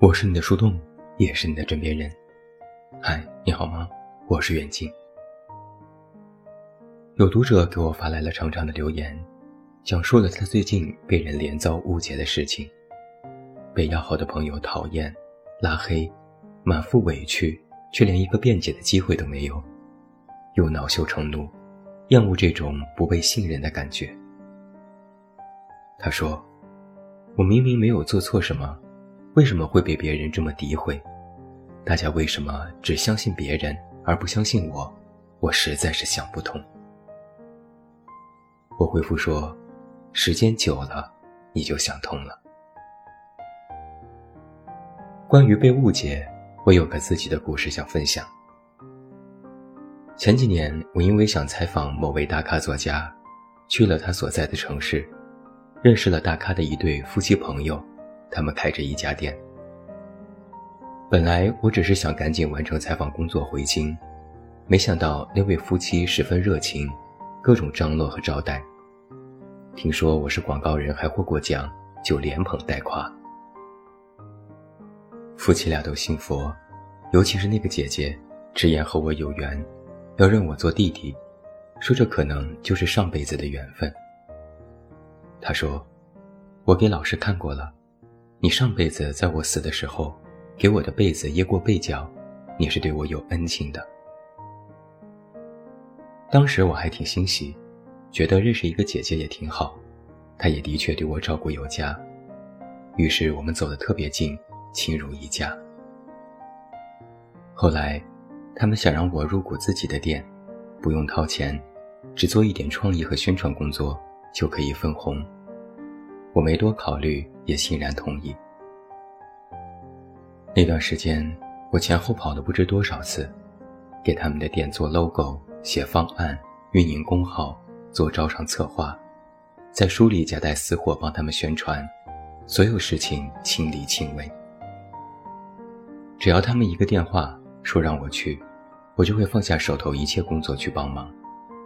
我是你的树洞，也是你的枕边人。嗨，你好吗？我是远近。有读者给我发来了长长的留言，讲述了他最近被人连遭误解的事情，被要好的朋友讨厌、拉黑，满腹委屈，却连一个辩解的机会都没有，又恼羞成怒，厌恶这种不被信任的感觉。他说，我明明没有做错什么，为什么会被别人这么诋毁？大家为什么只相信别人而不相信我？我实在是想不通。我回复说，时间久了，你就想通了。关于被误解，我有个自己的故事想分享。前几年，我因为想采访某位大咖作家，去了他所在的城市，认识了大咖的一对夫妻朋友，他们开着一家店。本来我只是想赶紧完成采访工作回京，没想到那位夫妻十分热情，各种张罗和招待。听说我是广告人还获过奖，就连捧带夸。夫妻俩都信佛，尤其是那个姐姐，直言和我有缘，要认我做弟弟，说这可能就是上辈子的缘分。她说，我给老师看过了，你上辈子在我死的时候给我的被子掖过被角，你是对我有恩情的。当时我还挺欣喜，觉得认识一个姐姐也挺好，她也的确对我照顾有加，于是我们走得特别近，亲如一家。后来他们想让我入股自己的店，不用掏钱，只做一点创意和宣传工作就可以分红。我没多考虑，也欣然同意。那段时间我前后跑了不知多少次，给他们的店做 logo、 写方案、运营公号、做招商策划，在书里夹带私货帮他们宣传，所有事情亲力亲为。只要他们一个电话说让我去，我就会放下手头一切工作去帮忙。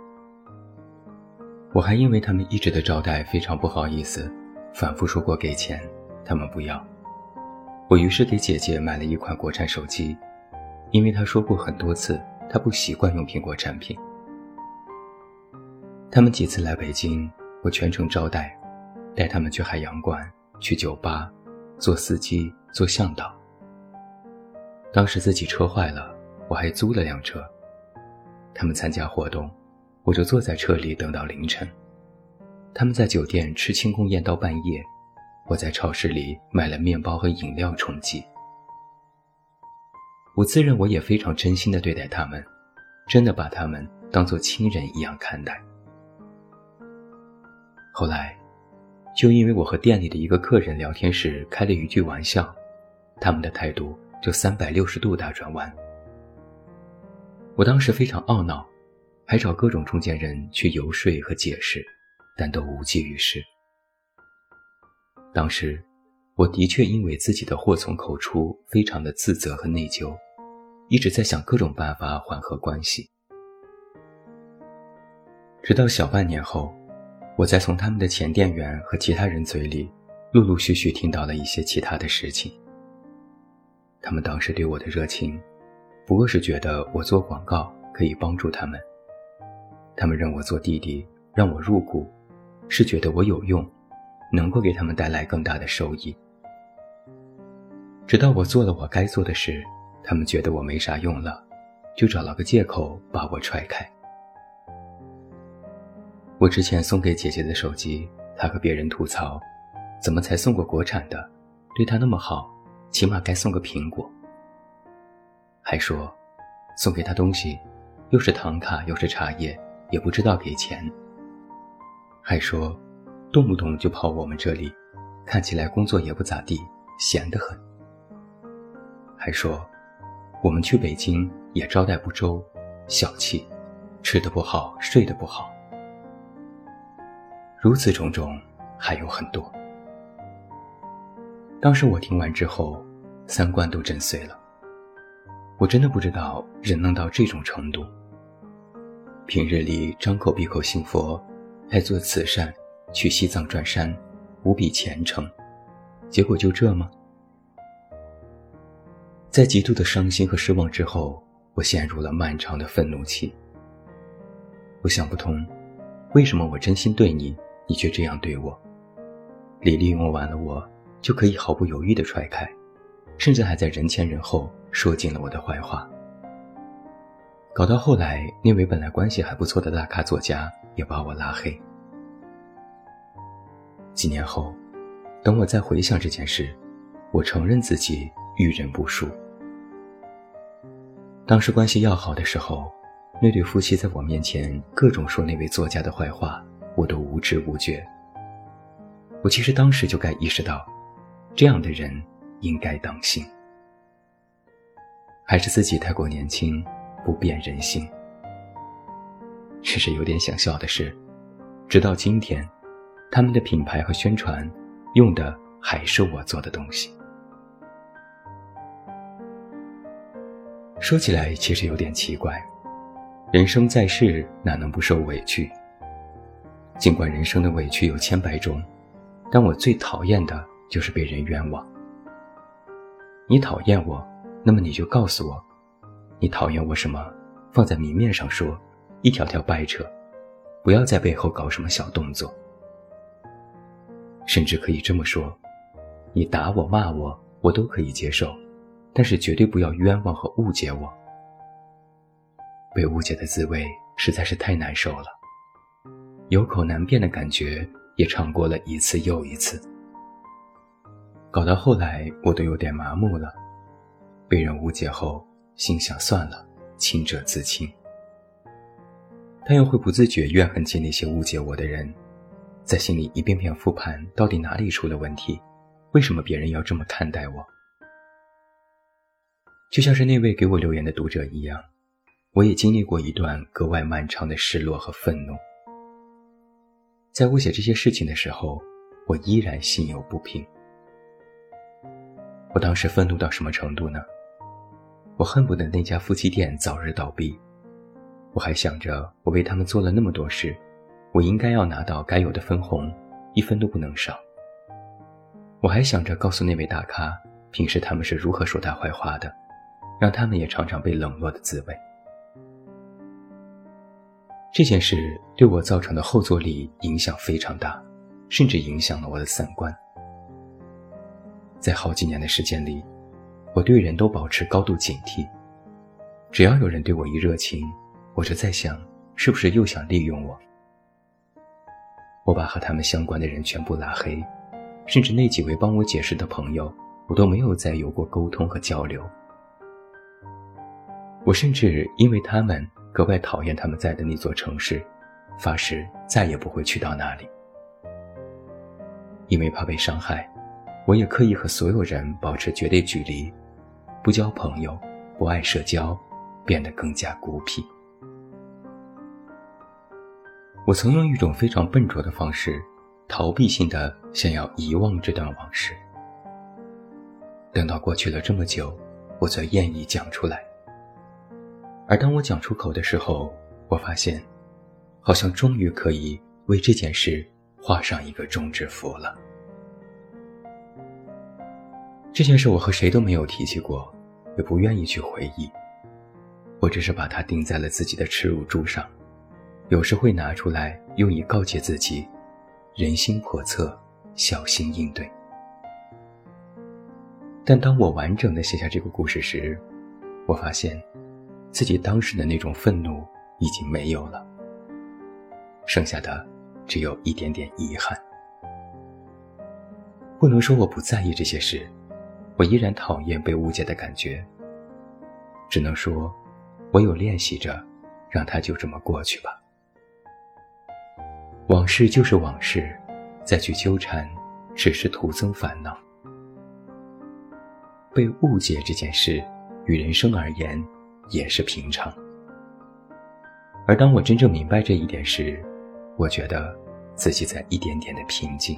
我还因为他们一直的招待非常不好意思，反复说过给钱，他们不要。我于是给姐姐买了一款国产手机，因为她说过很多次她不习惯用苹果产品。他们几次来北京，我全程招待，带他们去海洋馆，去酒吧，做司机，做向导。当时自己车坏了，我还租了辆车。他们参加活动，我就坐在车里等到凌晨。他们在酒店吃庆功宴到半夜，我在超市里买了面包和饮料充饥。我自认我也非常真心地对待他们，真的把他们当作亲人一样看待。后来就因为我和店里的一个客人聊天时开了一句玩笑，他们的态度就360度大转弯。我当时非常懊恼，还找各种中间人去游说和解释，但都无济于事。当时我的确因为自己的祸从口出非常的自责和内疚，一直在想各种办法缓和关系。直到小半年后，我才从他们的前店员和其他人嘴里陆陆续续听到了一些其他的事情。他们当时对我的热情不过是觉得我做广告可以帮助他们，他们认我做弟弟，让我入股，是觉得我有用，能够给他们带来更大的收益。直到我做了我该做的事，他们觉得我没啥用了，就找了个借口把我踹开。我之前送给姐姐的手机，她和别人吐槽，怎么才送过国产的，对她那么好，起码该送个苹果。还说送给她东西又是唐卡又是茶叶，也不知道给钱。还说动不动就跑我们这里，看起来工作也不咋地，闲得很。还说我们去北京也招待不周，小气，吃得不好，睡得不好。如此种种还有很多。当时我听完之后，三观都震碎了。我真的不知道人能到这种程度。平日里张口闭口信佛，爱做慈善，去西藏转山，无比虔诚，结果就这吗？ 在极度的伤心和失望之后，我陷入了漫长的愤怒期。我想不通，为什么我真心对你，你却这样对我？你利用完了我，就可以毫不犹豫地踹开，甚至还在人前人后说尽了我的坏话。搞到后来，那位本来关系还不错的大咖作家也把我拉黑。几年后，等我再回想这件事，我承认自己遇人不淑。当时关系要好的时候，那对夫妻在我面前各种说那位作家的坏话，我都无知无觉。我其实当时就该意识到，这样的人应该当心。还是自己太过年轻，不辨人心。只是有点想笑的是，直到今天，他们的品牌和宣传用的还是我做的东西。说起来其实有点奇怪，人生在世哪能不受委屈？尽管人生的委屈有千百种，但我最讨厌的就是被人冤枉。你讨厌我，那么你就告诉我，你讨厌我什么，放在明面上说，一条条掰扯，不要在背后搞什么小动作。甚至可以这么说，你打我骂我，我都可以接受，但是绝对不要冤枉和误解我。被误解的滋味实在是太难受了，有口难辩的感觉也尝过了一次又一次。搞到后来我都有点麻木了，被人误解后心想算了，清者自清。但又会不自觉怨恨起那些误解我的人，在心里一遍遍复盘到底哪里出了问题，为什么别人要这么看待我。就像是那位给我留言的读者一样，我也经历过一段格外漫长的失落和愤怒。在误解这些事情的时候，我依然心有不平。我当时愤怒到什么程度呢？我恨不得那家夫妻店早日倒闭。我还想着我为他们做了那么多事，我应该要拿到该有的分红，一分都不能少。我还想着告诉那位大咖，平时他们是如何说他坏话的，让他们也尝尝被冷落的滋味。这件事对我造成的后坐力影响非常大，甚至影响了我的三观。在好几年的时间里，我对人都保持高度警惕，只要有人对我一热情，我就在想，是不是又想利用我。我把和他们相关的人全部拉黑，甚至那几位帮我解释的朋友，我都没有再有过沟通和交流。我甚至因为他们格外讨厌他们在的那座城市，发誓再也不会去到那里。因为怕被伤害，我也刻意和所有人保持绝对距离，不交朋友，不爱社交，变得更加孤僻。我曾用一种非常笨拙的方式，逃避性的想要遗忘这段往事。等到过去了这么久，我才愿意讲出来。而当我讲出口的时候，我发现，好像终于可以为这件事画上一个终止符了。这件事我和谁都没有提起过，也不愿意去回忆。我只是把它钉在了自己的耻辱柱上，有时会拿出来用以告诫自己，人心叵测，小心应对。但当我完整地写下这个故事时，我发现自己当时的那种愤怒已经没有了，剩下的只有一点点遗憾。不能说我不在意这些事，我依然讨厌被误解的感觉，只能说我有练习着，让它就这么过去吧。往事就是往事，再去纠缠只是徒增烦恼。被误解这件事于人生而言也是平常，而当我真正明白这一点时，我觉得自己在一点点的平静。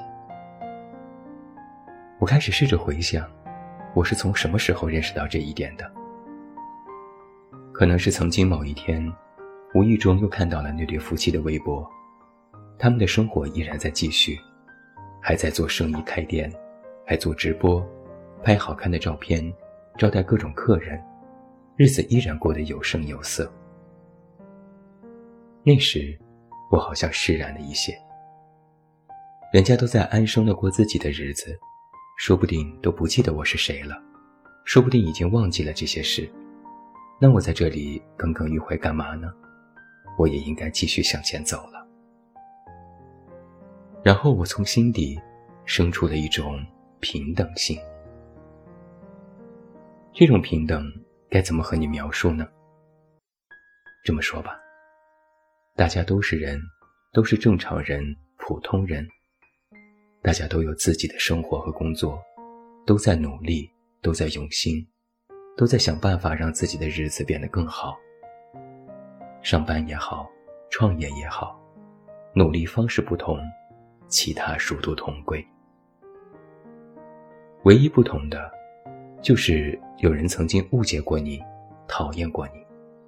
我开始试着回想，我是从什么时候认识到这一点的。可能是曾经某一天，无意中又看到了那对夫妻的微博，他们的生活依然在继续，还在做生意开店，还做直播，拍好看的照片， 招待各种客人，日子依然过得有声有色。那时我好像释然了一些，人家都在安生地过自己的日子，说不定都不记得我是谁了，说不定已经忘记了这些事，那我在这里耿耿于怀干嘛呢？我也应该继续向前走了。然后我从心底生出了一种平等心。这种平等该怎么和你描述呢？这么说吧，大家都是人，都是正常人，普通人，大家都有自己的生活和工作，都在努力，都在用心，都在想办法让自己的日子变得更好。上班也好，创业也好，努力方式不同，其他殊途同归。唯一不同的就是有人曾经误解过你，讨厌过你。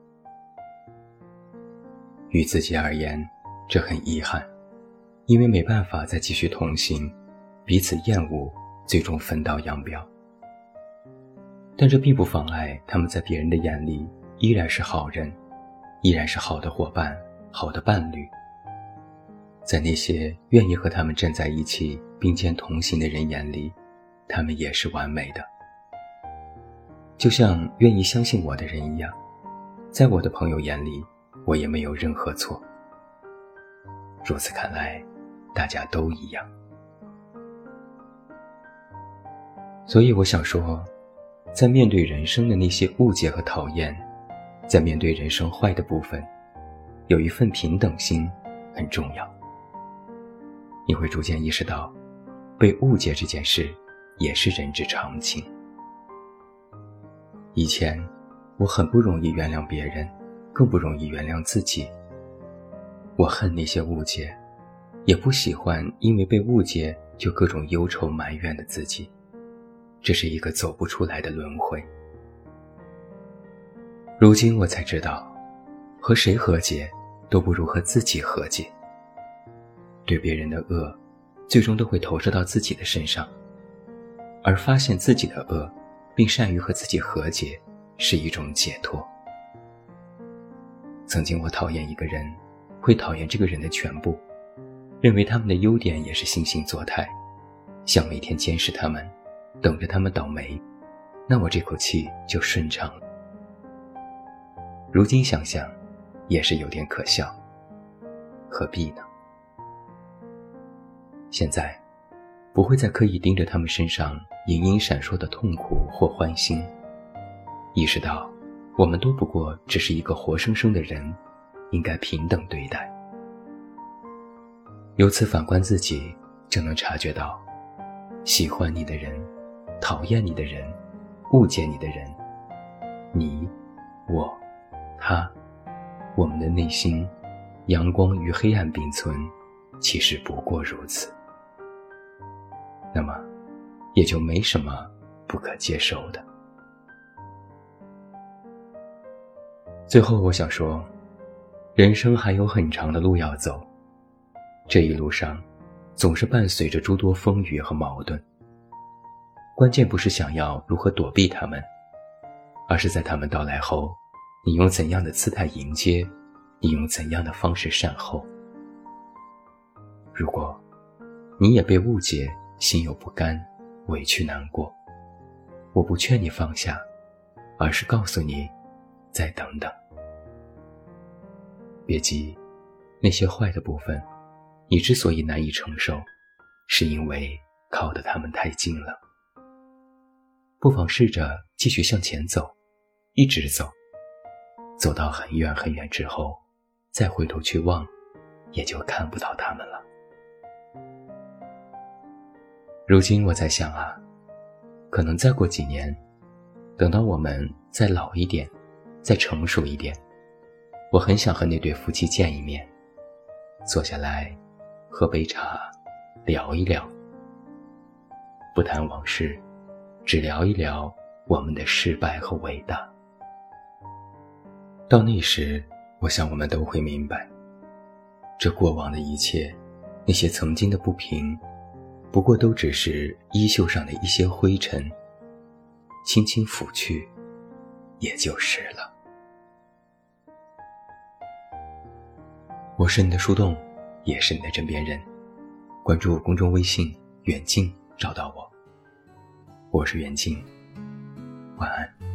于自己而言，这很遗憾，因为没办法再继续同行，彼此厌恶，最终分道扬镳。但这并不妨碍他们在别人的眼里依然是好人，依然是好的伙伴，好的伴侣。在那些愿意和他们站在一起并肩同行的人眼里，他们也是完美的。就像愿意相信我的人一样，在我的朋友眼里，我也没有任何错。如此看来，大家都一样。所以我想说，在面对人生的那些误解和讨厌，在面对人生坏的部分，有一份平等心很重要。你会逐渐意识到，被误解这件事也是人之常情。以前我很不容易原谅别人，更不容易原谅自己。我恨那些误解，也不喜欢因为被误解就各种忧愁埋怨的自己，这是一个走不出来的轮回。如今我才知道，和谁和解都不如和自己和解。对别人的恶，最终都会投射到自己的身上，而发现自己的恶，并善于和自己和解，是一种解脱。曾经我讨厌一个人，会讨厌这个人的全部，认为他们的优点也是惺惺作态，想每天监视他们，等着他们倒霉，那我这口气就顺畅了。如今想想，也是有点可笑，何必呢？现在不会再刻意盯着他们身上隐隐闪烁的痛苦或欢欣，意识到我们都不过只是一个活生生的人，应该平等对待。由此反观自己，就能察觉到，喜欢你的人，讨厌你的人，误解你的人，你，我，他，我们的内心，阳光与黑暗并存，其实不过如此。那么也就没什么不可接受的。最后我想说，人生还有很长的路要走，这一路上总是伴随着诸多风雨和矛盾。关键不是想要如何躲避他们，而是在他们到来后，你用怎样的姿态迎接，你用怎样的方式善后。如果你也被误解，心有不甘，委屈难过，我不劝你放下，而是告诉你再等等。别急，那些坏的部分，你之所以难以承受，是因为靠得他们太近了。不妨试着继续向前走，一直走，走到很远很远之后，再回头去望，也就看不到他们了。如今我在想啊，可能再过几年，等到我们再老一点，再成熟一点，我很想和那对夫妻见一面，坐下来喝杯茶，聊一聊，不谈往事，只聊一聊我们的失败和伟大。到那时，我想我们都会明白，这过往的一切，那些曾经的不平，不过都只是衣袖上的一些灰尘， 轻轻抚去，也就是了。我是你的树洞，也是你的枕边人。关注公众微信远近找到我。我是远近，晚安。